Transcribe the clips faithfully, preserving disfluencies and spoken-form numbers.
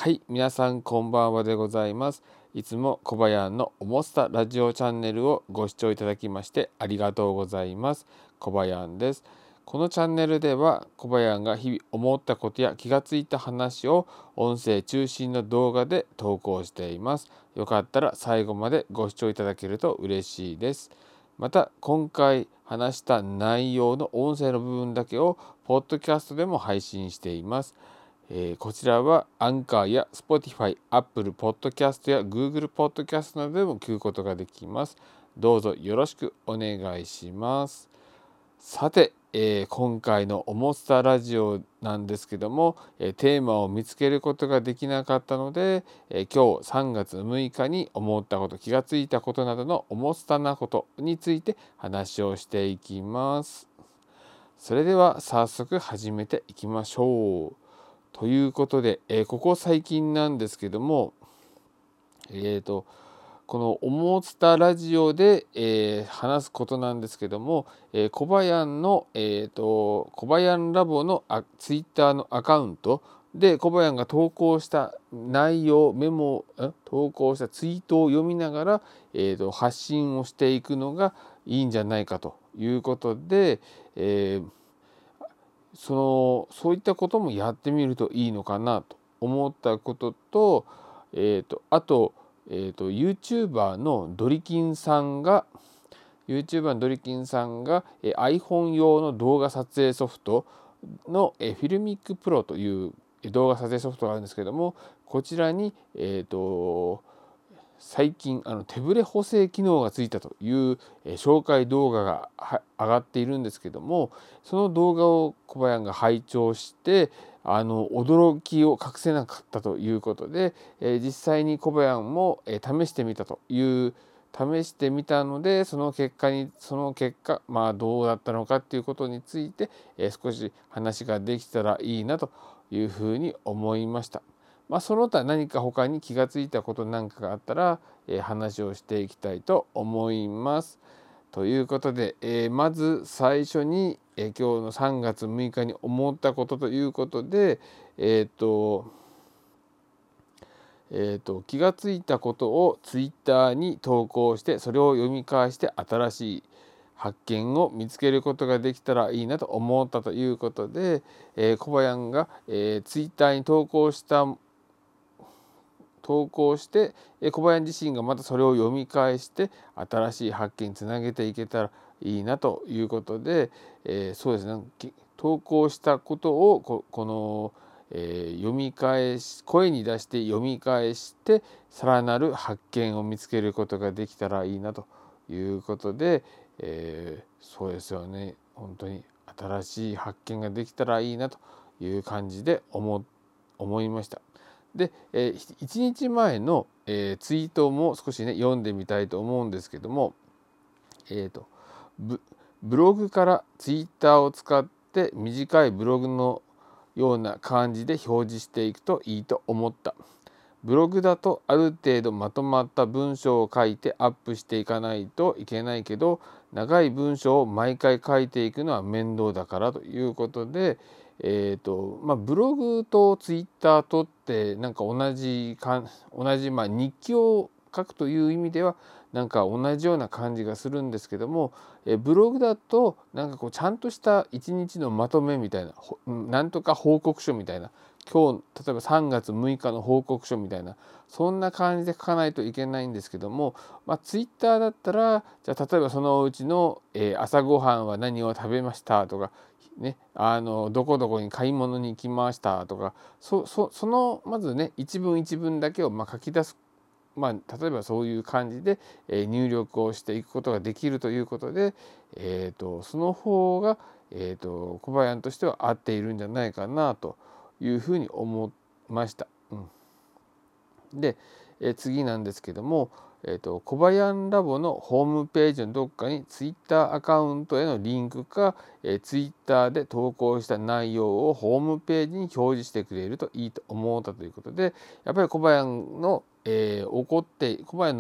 はい、皆さんこんばんはでございます。いつも小林のおもスタラジオチャンネルをご視聴いただきましてありがとうございます。小林です。このチャンネルでは小林が日々思ったことや気がついた話を音声中心の動画で投稿しています。よかったら最後までご視聴いただけると嬉しいです。また今回話した内容の音声の部分だけをポッドキャストでも配信しています。えーこちらはアンカーや Spotify、Apple Podcast や Google Podcast などでも聞くことができます。どうぞよろしくお願いします。さて、えー今回のおもスタラジオなんですけども、えーテーマを見つけることができなかったので、えー今日さんがつむいかに思ったこと、気がついたことなどのおもスタなことについて話をしていきます。それでは早速始めていきましょう。ということで、えーここ最近なんですけども、えーと、このおもつたラジオで、えー話すことなんですけども、えー、小林の、えーと、小林ラボのあツイッターのアカウントで小林が投稿した内容、メモ、投稿したツイートを読みながら、えーと、発信をしていくのがいいんじゃないかということで、えーそのそういったこともやってみるといいのかなと思ったことと、えーと、あと、えーと、YouTuber のドリキンさんが YouTuber のドリキンさんが、えー iPhone 用の動画撮影ソフトの、えー、フィルミックプロという動画撮影ソフトがあるんですけども、こちらに、えーと最近あの手ブレ補正機能がついたという、えー紹介動画が上がっているんですけども、その動画を小林が拝聴してあの驚きを隠せなかったということで、えー実際に小林も、えー試してみたという試してみたので、その結果にその結果まあどうだったのかっていうことについて、えー少し話ができたらいいなというふうに思いました。まあ、その他何か他に気がついたことなんかがあったら、えー話をしていきたいと思います。ということで、えーまず最初に、えー今日のさんがつむいかに思ったことということで、えっ、とえーと気がついたことをツイッターに投稿してそれを読み返して新しい発見を見つけることができたらいいなと思ったということで、えー小林が、えー、ツイッターに投稿した投稿して小林自身がまたそれを読み返して新しい発見につなげていけたらいいなということで、えー、そうですね、投稿したことをここの、えー、読み返し声に出して読み返してさらなる発見を見つけることができたらいいなということで、えー、そうですよね、本当に新しい発見ができたらいいなという感じで思思いました。で、えー、いちにちまえの、えー、ツイートも少しね読んでみたいと思うんですけども、えーと、ブブログからツイッターを使って短いブログのような感じで表示していくといいと思った。ブログだとある程度まとまった文章を書いてアップしていかないといけないけど、長い文章を毎回書いていくのは面倒だからということで、えーとまあ、ブログとツイッターとってなんか同じかん同じ、まあ、日記を書くという意味ではなんか同じような感じがするんですけども、えブログだとなんかこうちゃんとした一日のまとめみたいな、なんとか報告書みたいな、今日例えばさんがつむいかの報告書みたいな、そんな感じで書かないといけないんですけども、まあ、ツイッターだったらじゃあ例えばそのうちの、えー、朝ごはんは何を食べましたとか、ね、あのどこどこに買い物に行きましたとか、そそそのまずね一文一文だけをまあ書き出す、まあ、例えばそういう感じで、えー、入力をしていくことができるということで、えー、とその方が、えー、と小林としては合っているんじゃないかなというふうに思いました。うん、で、えー、次なんですけども、えー、と小林ラボのホームページのどっかにツイッターアカウントへのリンクか、えー、ツイッターで投稿した内容をホームページに表示してくれるといいと思ったということで、やっぱり小林の、えー、怒って小林の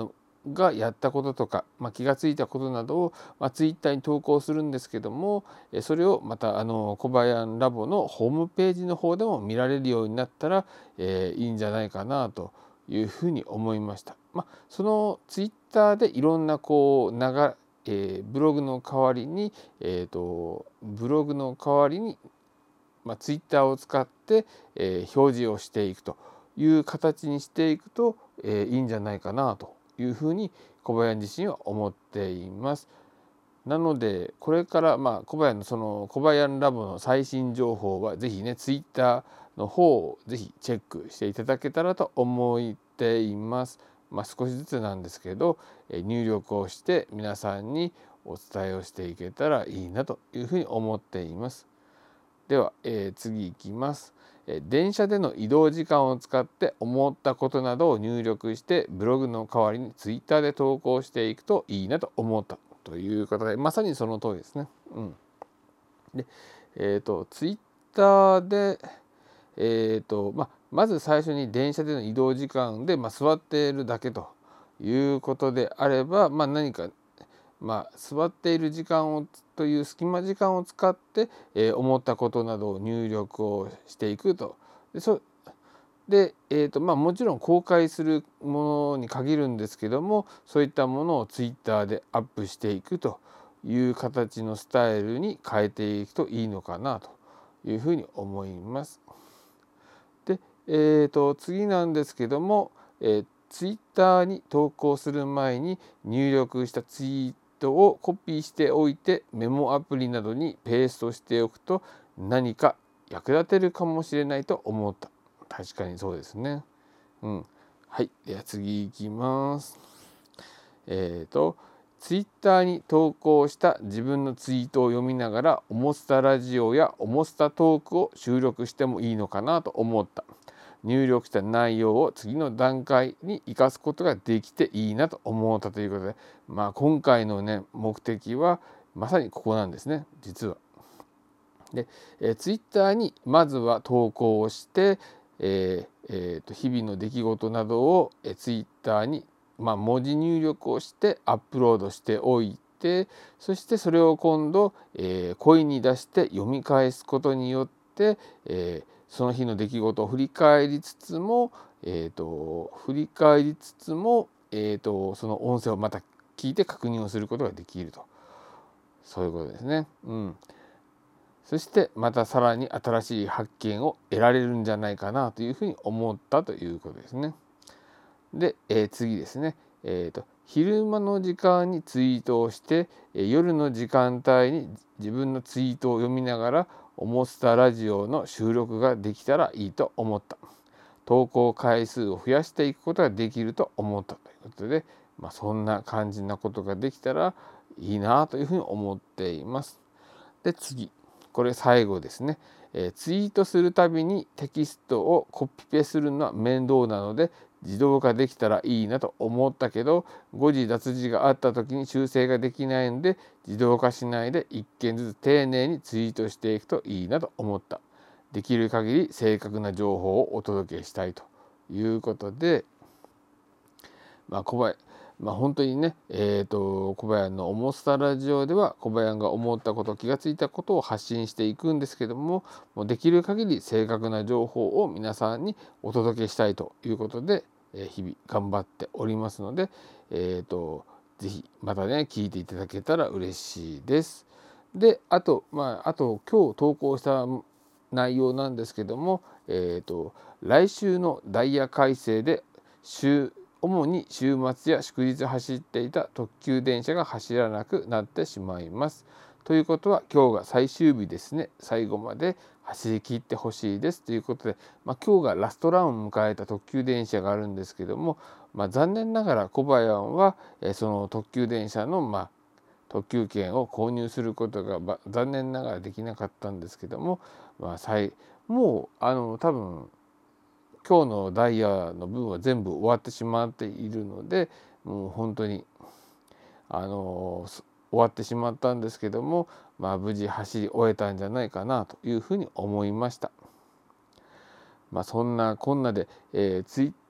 がやったこととか、まあ、気がついたことなどを、まあ、ツイッターに投稿するんですけども、それをまたあのコバヤンラボのホームページの方でも見られるようになったら、えー、いいんじゃないかなというふうに思いました。まあ、そのツイッターでいろんなこう流えー、ブログの代わりに、えーと、ブログの代わりに、まあ、ツイッターを使って、えー、表示をしていくという形にしていくと、えー、いいんじゃないかなというふうに小林自身は思っています。なのでこれからまあ小林のその小林ラボの最新情報はぜひねツイッターの方をぜひチェックしていただけたらと思っています。まあ、少しずつなんですけど入力をして皆さんにお伝えをしていけたらいいなというふうに思っています。では、えー、次いきます。電車での移動時間を使って思ったことなどを入力してブログの代わりにツイッターで投稿していくといいなと思ったということで、まさにその通りですね。うん、で、えーと、ツイッターで、えーとまあ、まず最初に電車での移動時間で、まあ、座っているだけということであれば、まあ、何か、まあ、座っている時間をという隙間時間を使って、えー、思ったことなどを入力をしていくと。でそで、えーとまあ、もちろん公開するものに限るんですけども、そういったものをツイッターでアップしていくという形のスタイルに変えていくといいのかなというふうに思います。で、えーと次なんですけども、えー、ツイッターに投稿する前に入力したツイートをコピーしておいてメモアプリなどにペーストしておくと何か役立てるかもしれないと思った。確かにそうですね。うん。はい。では次いきます。えっ、ー、と、ツイッターに投稿した自分のツイートを読みながら、おもスタラジオやおもスタトークを収録してもいいのかなと思った。入力した内容を次の段階に生かすことができていいなと思ったということで、まあ今回のね、目的はまさにここなんですね、実は。で、えー、ツイッターにまずは投稿をして、えーえー、と日々の出来事などを、えー、ツイッターに、まあ、文字入力をしてアップロードしておいて、そしてそれを今度、えー、声に出して読み返すことによって、えー、その日の出来事を振り返りつつも、えー、と振り返りつつも、えー、とその音声をまた聞いて確認をすることができると、そういうことですね。うん。そしてまたさらに新しい発見を得られるんじゃないかなというふうに思ったということですね。で、えー、次ですね。えーと、昼間の時間にツイートをして、えー、夜の時間帯に自分のツイートを読みながらおもスタラジオの収録ができたらいいと思った。投稿回数を増やしていくことができると思ったということで、まあ、そんな感じなことができたらいいなというふうに思っています。で、次。これ最後ですね、えー、ツイートするたびにテキストをコピペするのは面倒なので自動化できたらいいなと思ったけど、誤字脱字があった時に修正ができないので自動化しないで一件ずつ丁寧にツイートしていくといいなと思った。できる限り正確な情報をお届けしたいということで、まあ小林まあ、本当にね、えーと、小林のおもスタラジオでは小林が思ったこと、気がついたことを発信していくんですけども、もうできる限り正確な情報を皆さんにお届けしたいということで、えー、日々頑張っておりますので、えーと、ぜひまたね、聞いていただけたら嬉しいです。で、あと、まあ、あと今日投稿した内容なんですけども、えーと、来週のダイヤ改正で週主に週末や祝日走っていた特急電車が走らなくなってしまいます。ということは今日が最終日ですね。最後まで走り切ってほしいですということで、まあ、今日がラストランを迎えた特急電車があるんですけども、まあ、残念ながら小林はその特急電車のまあ特急券を購入することが残念ながらできなかったんですけども、まあ、もうあの多分今日のダイヤの分は全部終わってしまっているので、もう本当にあの終わってしまったんですけども、まあ、無事走り終えたんじゃないかなというふうに思いました。まあ、そんなこんなで、えー、ツイッ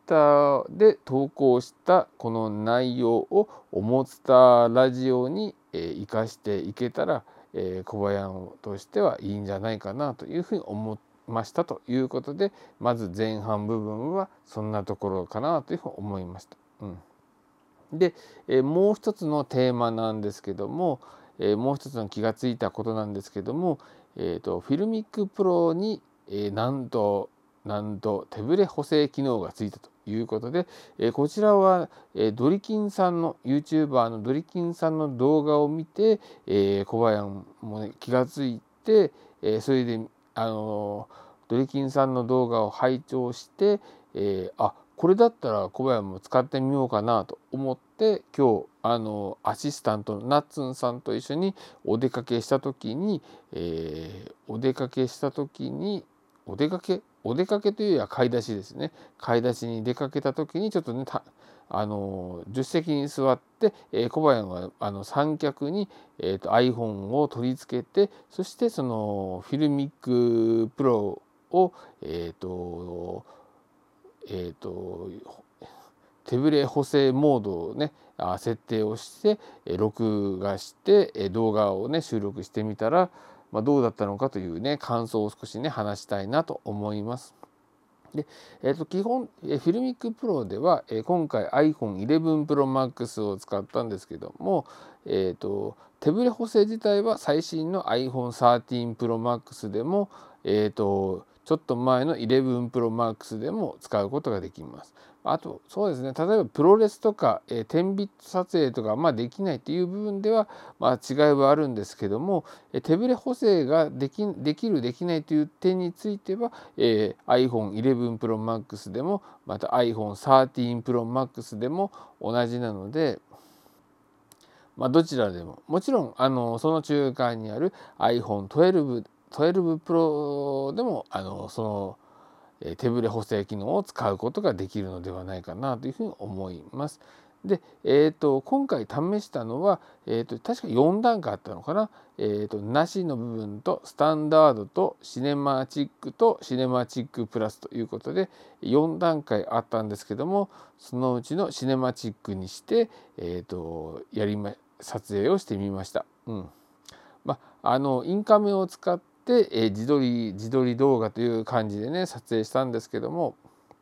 ターで投稿したこの内容をおもつたラジオに生かしていけたら、えー、小林としてはいいんじゃないかなというふうに思いましたということで、まず前半部分はそんなところかなというふうに思いました。うん、で、えー、もう一つのテーマなんですけども、えー、もう一つの気がついたことなんですけども、えーと、フィルミックプロに、えー、なんとなんと手ブレ補正機能がついたということで、えー、こちらは、えー、ドリキンさんの YouTuber のドリキンさんの動画を見て、えー、小林も、ね、気がついて、えー、それで、あのー、ドリキンさんの動画を拝聴して、えー、あこれだったら小林も使ってみようかなと思って今日あのアシスタントのナッツンさんと一緒にお出かけした時に、えー、お出かけした時にお出かけお出かけというよりは買い出しですね。買い出しに出かけた時にちょっとねあの助手席に座って、えー、小林はあの三脚に、えー、と iPhone を取り付けて、そしてそのフィルミックプロをえっ、ー、とえっ、ー、と手ブレ補正モードをね設定をして録画して動画をね収録してみたら、まあ、どうだったのかというね感想を少しね話したいなと思います。で、えー、と基本フィルミックプロでは今回 アイフォンイレブン Pro Max を使ったんですけども、えー、と手ブレ補正自体は最新の アイフォンサーティーン Pro Max でも、えー、とちょっと前のイレブン Pro Max でも使うことができます。あとそうですね、例えばプロレスとか、えー、じゅうビット撮影とか、まあ、できないという部分では、まあ、違いはあるんですけども、えー、手ブレ補正ができできるできないという点については、えー、アイフォンイレブン Pro Max でもまた アイフォンサーティーン Pro Max でも同じなので、まあ、どちらでももちろんあのその中間にある アイフォントゥエルブ トゥエルブ Pro でもあのその手ブレ補正機能を使うことができるのではないかなというふうに思います。で、えー、と今回試したのは、えー、と確かよん段階あったのかな、えー、となしの部分とスタンダードとシネマチックとシネマチックプラスということでよん段階あったんですけども、そのうちのシネマチックにして、えー、とやりま撮影をしてみました。うんまあ、あのインカメを使ってで、えー、自撮り自撮り動画という感じでね撮影したんですけども、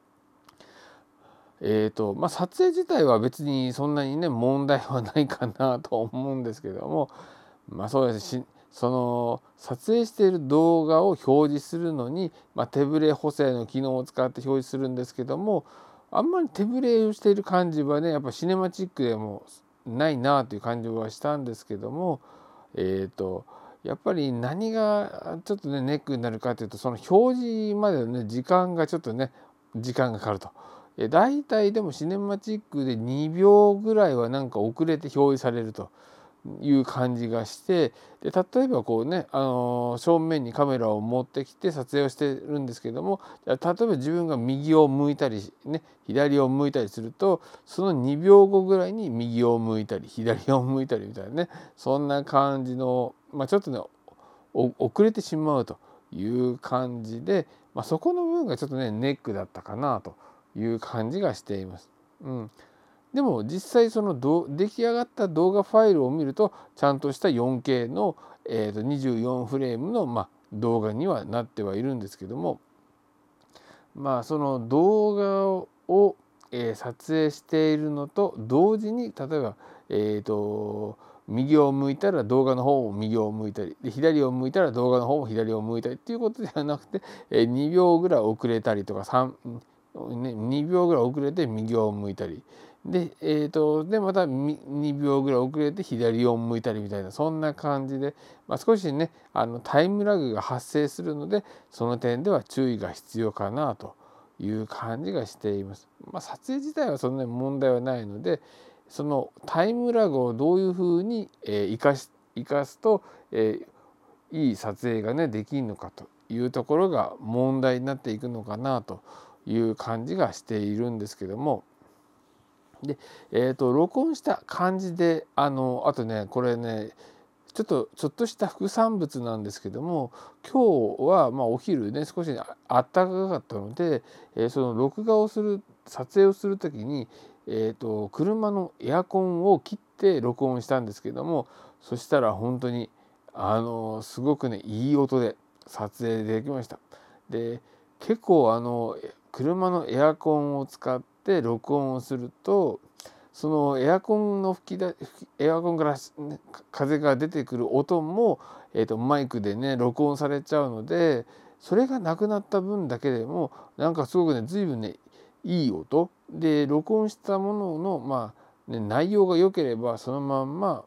えーとまあ、撮影自体は別にそんなにね問題はないかなと思うんですけども、まあそうですしその撮影している動画を表示するのに、まあ、手ブレ補正の機能を使って表示するんですけども、あんまり手ブレをしている感じはねやっぱシネマチックでもないなという感じはしたんですけども、えーとやっぱり何がちょっとねネックになるかというと、その表示までのね時間がちょっとね時間がかかると。だいたいでもシネマチックでにびょうぐらいはなんか遅れて表示されるという感じがして、で例えばこうね、あの正面にカメラを持ってきて撮影をしてるんですけども、例えば自分が右を向いたりね左を向いたりすると、そのにびょうごぐらいに右を向いたり左を向いたりみたいなね、そんな感じの、まあ、ちょっとね遅れてしまうという感じで、まあ、そこの部分がちょっとねネックだったかなという感じがしています。うん、でも実際そのど出来上がった動画ファイルを見るとちゃんとした よんケー の、えー、とにじゅうよんフレームの、まあ、動画にはなってはいるんですけども、まあその動画を、えー、撮影しているのと同時に、例えばえっ、ー、と右を向いたら動画の方も右を向いたりで、左を向いたら動画の方も左を向いたりっていうことではなくて、えー、にびょうぐらい遅れたりとかさん、ね、にびょうぐらい遅れて右を向いたりで、えー、とでまたにびょうぐらい遅れて左を向いたりみたいな、そんな感じで、まあ、少しねあのタイムラグが発生するので、その点では注意が必要かなという感じがしています。まあ、撮影自体はそんなに問題はないので、そのタイムラグをどういうふうに生かし生かすと、えー、いい撮影がねできるのかというところが問題になっていくのかなという感じがしているんですけども、で、えー、と録音した感じで、あのあとねこれねちょっとちょっとした副産物なんですけども、今日はまあお昼ね少しあったかかったので、えー、その録画をする撮影をする時に、えーと、車のエアコンを切って録音したんですけども、そしたら本当にあのすごくねいい音で撮影できました。で結構あの車のエアコンを使って録音をすると、そのエアコンの吹き出エアコンから、ね、風が出てくる音も、えーと、マイクでね録音されちゃうので、それがなくなった分だけでもなんかすごくね随分ねいい音で、録音したものの、まあね、内容が良ければそのまんま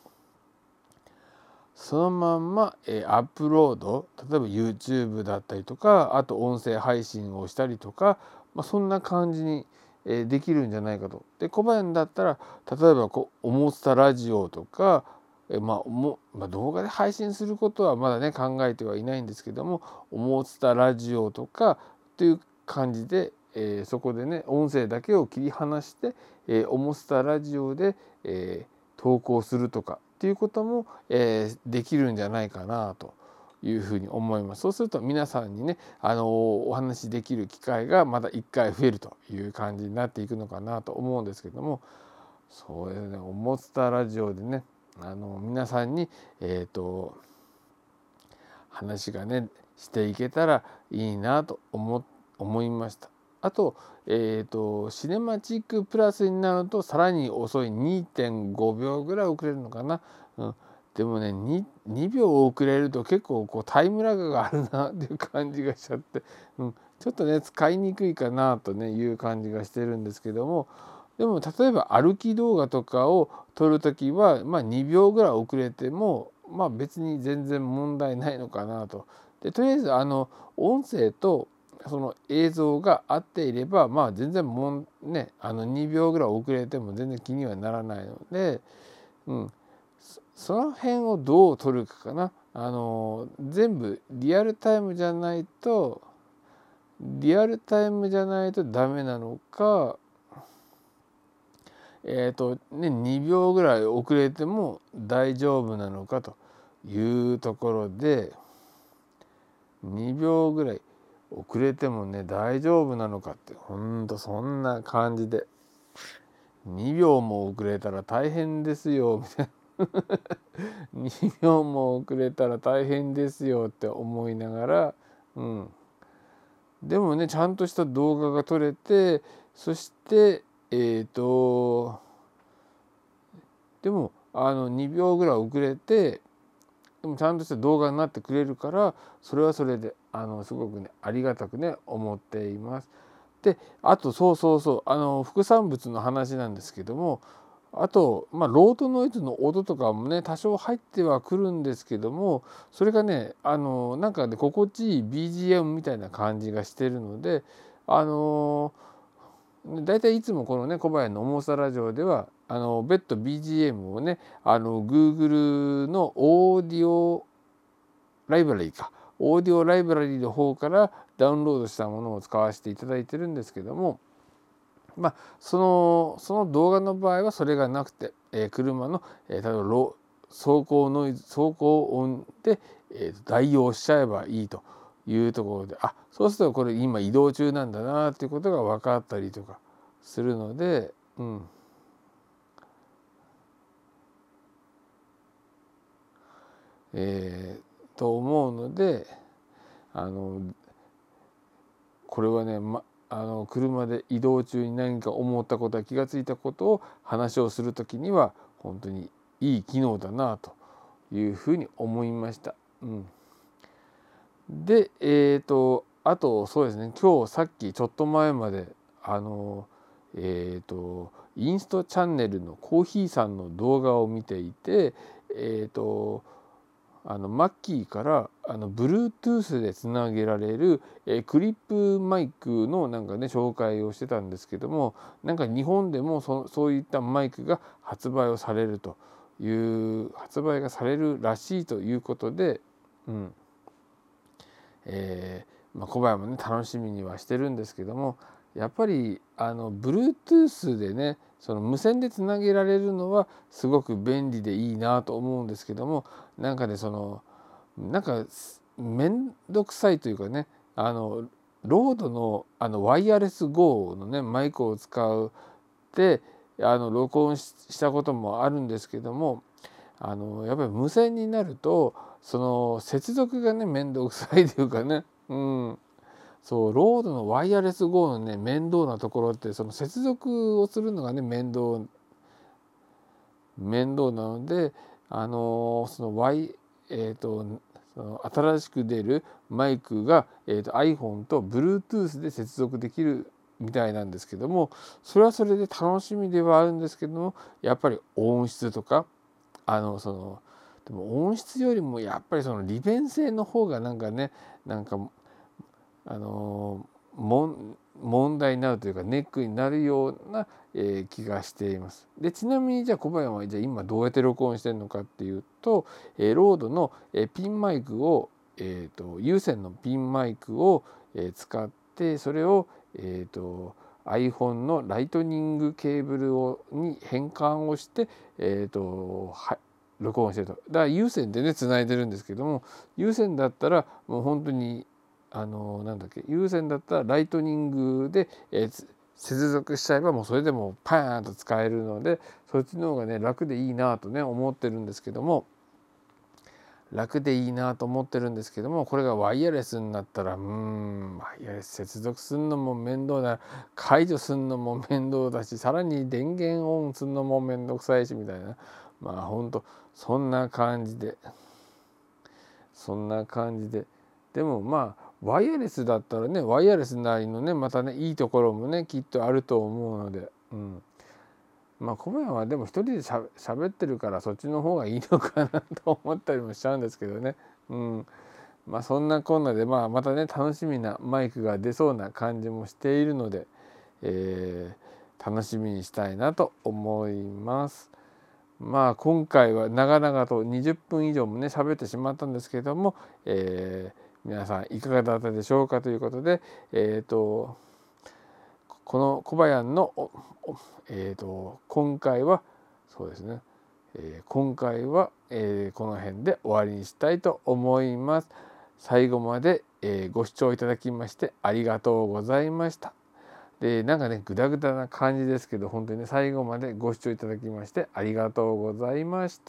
そのまんま、えー、アップロード、例えば YouTube だったりとか、あと音声配信をしたりとか、まあ、そんな感じに、えー、できるんじゃないかと。でコバヤンだったら例えばこうおもつたラジオとか、えーまあもまあ、動画で配信することはまだね考えてはいないんですけども、おもつたラジオとかという感じで、えー、そこでね音声だけを切り離して、えー、おもつたラジオで、えー、投稿するとかっていうことも、えー、できるんじゃないかなというふうに思います。そうすると皆さんにねあのお話しできる機会がまたいっかい増えるという感じになっていくのかなと思うんですけども、そうですね、おもつたラジオでねあの皆さんにえっ、ー、と話がねしていけたらいいなと思思いました。あと、えーと、シネマチックプラスになるとさらに遅い にてんごびょうぐらい遅れるのかな、うん、でもね 2, にびょう遅れると結構こうタイムラグがあるなっていう感じがしちゃって、うん、ちょっとね使いにくいかなとねいう感じがしてるんですけども、でも例えば歩き動画とかを撮るときは、まあ、にびょうぐらい遅れても、まあ、別に全然問題ないのかなと。でとりあえずあの音声とその映像が合っていれば、まあ全然もんねあのにびょうぐらい遅れても全然気にはならないので、うん、その辺をどう取るかかな。あの全部リアルタイムじゃないとリアルタイムじゃないとダメなのか、えーとね、にびょうぐらい遅れても大丈夫なのかというところで、にびょうぐらい遅れてもね大丈夫なのかって、ほんとそんな感じで、にびょうも遅れたら大変ですよみたいなにびょうも遅れたら大変ですよって思いながら、うん、でもねちゃんとした動画が撮れて、そしてえっ、ー、とでもあのにびょうぐらい遅れてでもちゃんとした動画になってくれるから、それはそれであのすごくねありがたくね思っています。であとそうそうそうあの副産物の話なんですけども、あと、まあ、ロートノイズの音とかもね多少入ってはくるんですけども、それがねあのなんかね心地いい ビージーエム みたいな感じがしてるので、あのだいたいいつもこのね小林の重さラジオではあの別途 ビージーエム をねあの Google のオーディオライブラリーかオーディオライブラリーの方からダウンロードしたものを使わせていただいてるんですけども、まあそのその動画の場合はそれがなくて、えー、車の、えー、例えばロ走行ノイズ走行音で、えー、代用しちゃえばいいというところで、あそうするとこれ今移動中なんだなっていうことが分かったりとかするので、うん、えー、と思うので、あのこれはね、ま、あの車で移動中に何か思ったことや気がついたことを話をする時には本当にいい機能だなというふうに思いました。うん、でえっ、ー、とあとそうですね、今日さっきちょっと前まであのえっ、ー、とインストチャンネルのコーヒーさんの動画を見ていて、えっ、ー、とあのマッキーからあの Bluetooth でつなげられる、えー、クリップマイクのなんかね紹介をしてたんですけども、なんか日本でも そ, そういったマイクが発売をされるという発売がされるらしいということで、うんえーまあ、小林もね楽しみにはしてるんですけども、やっぱりあの Bluetooth でねその無線でつなげられるのはすごく便利でいいなと思うんですけども、なんかねそのなんか面倒くさいというかね、あのロードのあのワイヤレス ゴー のねマイクを使うってあの録音したこともあるんですけども、あのやっぱり無線になるとその接続がね面倒くさいというかね、うん、そうロードのワイヤレス ゴー のね面倒なところってその接続をするのがね面倒面倒なので、あのその Y えっ、とその新しく出るマイクが、えー、と iPhone と Bluetooth で接続できるみたいなんですけども、それはそれで楽しみではあるんですけども、やっぱり音質とかあのそのでも音質よりもやっぱりその利便性の方がなんかねなんかあの問問題になるというかネックになるような、えー、気がしています。でちなみにじゃあ小林はじゃあ今どうやって録音してるのかっていうと、えー、ロードの、えー、ピンマイクを、えーと、有線のピンマイクを、えー、使ってそれを、えーと、iPhone のライトニングケーブルをに変換をして、えーとは録音してると。だから有線でねつないでるんですけども、有線だったらもう本当にあのなんだっけ有線だったらライトニングで、えー、接続しちゃえばもうそれでもパーンと使えるので、そっちの方がね楽でいいなとね思ってるんですけども楽でいいなと思ってるんですけどもこれがワイヤレスになったらうーんワイヤレス接続するのも面倒だ、解除するのも面倒だし、さらに電源オンするのも面倒くさいしみたいな、まあほんとそんな感じでそんな感じででもまあワイヤレスだったらねワイヤレスなりのねまたねいいところもねきっとあると思うので、うん、まあ小林はでも一人でしゃしゃべってるからそっちの方がいいのかなと思ったりもしちゃうんですけどね、うん、まあそんなこんなで、まあ、またね楽しみなマイクが出そうな感じもしているので、えー、楽しみにしたいなと思います。まあ今回は長々とにじゅっぷん以上もね喋ってしまったんですけれども、えー皆さんいかがだったでしょうかということで、えー、とこの小林の、えー、と今回はそうですね、えー、今回は、えー、この辺で終わりにしたいと思います。最後まで、えー、ご視聴いただきましてありがとうございました。でなんかねグダグダな感じですけど本当にね最後までご視聴いただきましてありがとうございました。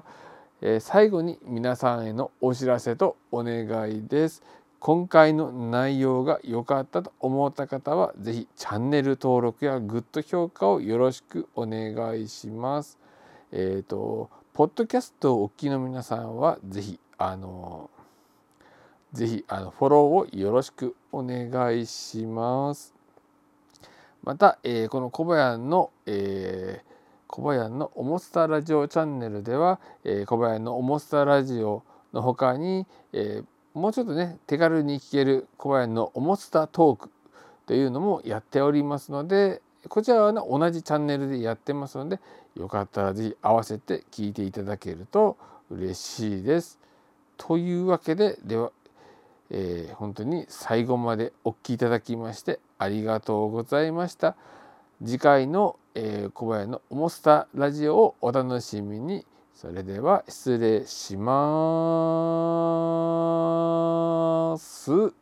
えー、最後に皆さんへのお知らせとお願いです。今回の内容が良かったと思った方はぜひチャンネル登録やグッド評価をよろしくお願いします。えっ、ー、とポッドキャストをお聞きの皆さんはぜひあのぜひあのフォローをよろしくお願いします。また、えー、この小林の、えー小林のおもスタラジオチャンネルでは、えー、小林のおもスタラジオの他に、えー、もうちょっとね手軽に聞ける小林のおもスタトークというのもやっておりますので、こちらは、ね、同じチャンネルでやってますのでよかったらぜひ合わせて聞いていただけると嬉しいです。というわけででは、えー、本当に最後までお聞きいただきましてありがとうございました。次回の、えー、小林のおもスタラジオをお楽しみに。それでは失礼します。